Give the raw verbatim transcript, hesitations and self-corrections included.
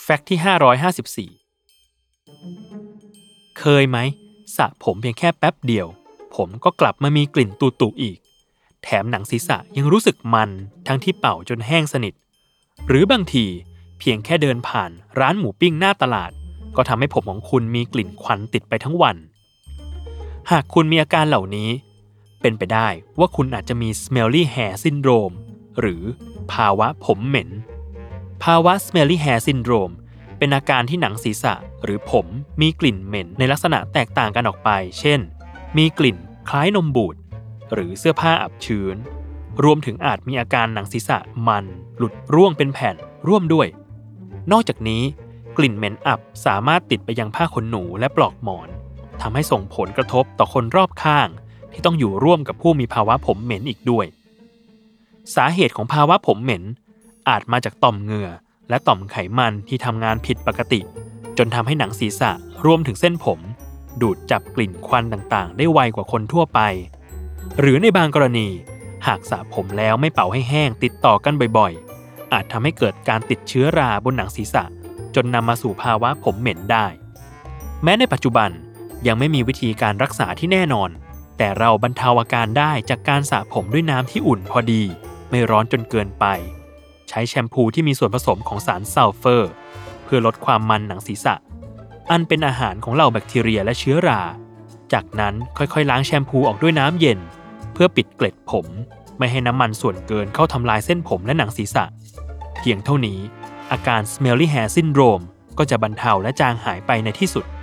แฟกต์ที่ห้าร้อยห้าสิบสี่เคยไหมสระผมเพียงแค่แป๊บเดียวผมก็กลับมามีกลิ่นตุๆอีกแถมหนังศีรษะยังรู้สึกมันทั้งที่เป่าจนแห้งสนิทหรือบางทีเพียงแค่เดินผ่านร้านหมูปิ้งหน้าตลาดก็ทำให้ผมของคุณมีกลิ่นควันติดไปทั้งวันหากคุณมีอาการเหล่านี้เป็นไปได้ว่าคุณอาจจะมี smelly hair syndrome หรือภาวะผมเหม็นภาวะ smelly hair syndrome เป็นอาการที่หนังศีรษะหรือผมมีกลิ่นเหม็นในลักษณะแตกต่างกันออกไปเช่นมีกลิ่นคล้ายนมบูดหรือเสื้อผ้าอับชื้นรวมถึงอาจมีอาการหนังศีรษะมันหลุดร่วงเป็นแผ่นร่วมด้วยนอกจากนี้กลิ่นเหม็นอับสามารถติดไปยังผ้าขนหนูและปลอกหมอนทำให้ส่งผลกระทบต่อคนรอบข้างที่ต้องอยู่ร่วมกับผู้มีภาวะผมเหม็นอีกด้วยสาเหตุของภาวะผมเหม็นอาจมาจากต่อมเหงื่อและต่อมไขมันที่ทำงานผิดปกติจนทำให้หนังศีรษะรวมถึงเส้นผมดูดจับกลิ่นควันต่างๆได้ไวกว่าคนทั่วไปหรือในบางกรณีหากสระผมแล้วไม่เป่าให้แห้งติดต่อกันบ่อยๆอาจทำให้เกิดการติดเชื้อราบนหนังศีรษะจนนำมาสู่ภาวะผมเหม็นได้แม้ในปัจจุบันยังไม่มีวิธีการรักษาที่แน่นอนแต่เราบรรเทาอาการได้จากการสระผมด้วยน้ำที่อุ่นพอดีไม่ร้อนจนเกินไปใช้แชมพูที่มีส่วนผสมของสารซัลเฟอร์เพื่อลดความมันหนังศีรษะอันเป็นอาหารของเหล่าแบคทีเรียและเชื้อราจากนั้นค่อยๆล้างแชมพูออกด้วยน้ำเย็นเพื่อปิดเกล็ดผมไม่ให้น้ำมันส่วนเกินเข้าทำลายเส้นผมและหนังศีรษะเพียงเท่านี้อาการ smelly hair syndrome ก็จะบรรเทาและจางหายไปในที่สุด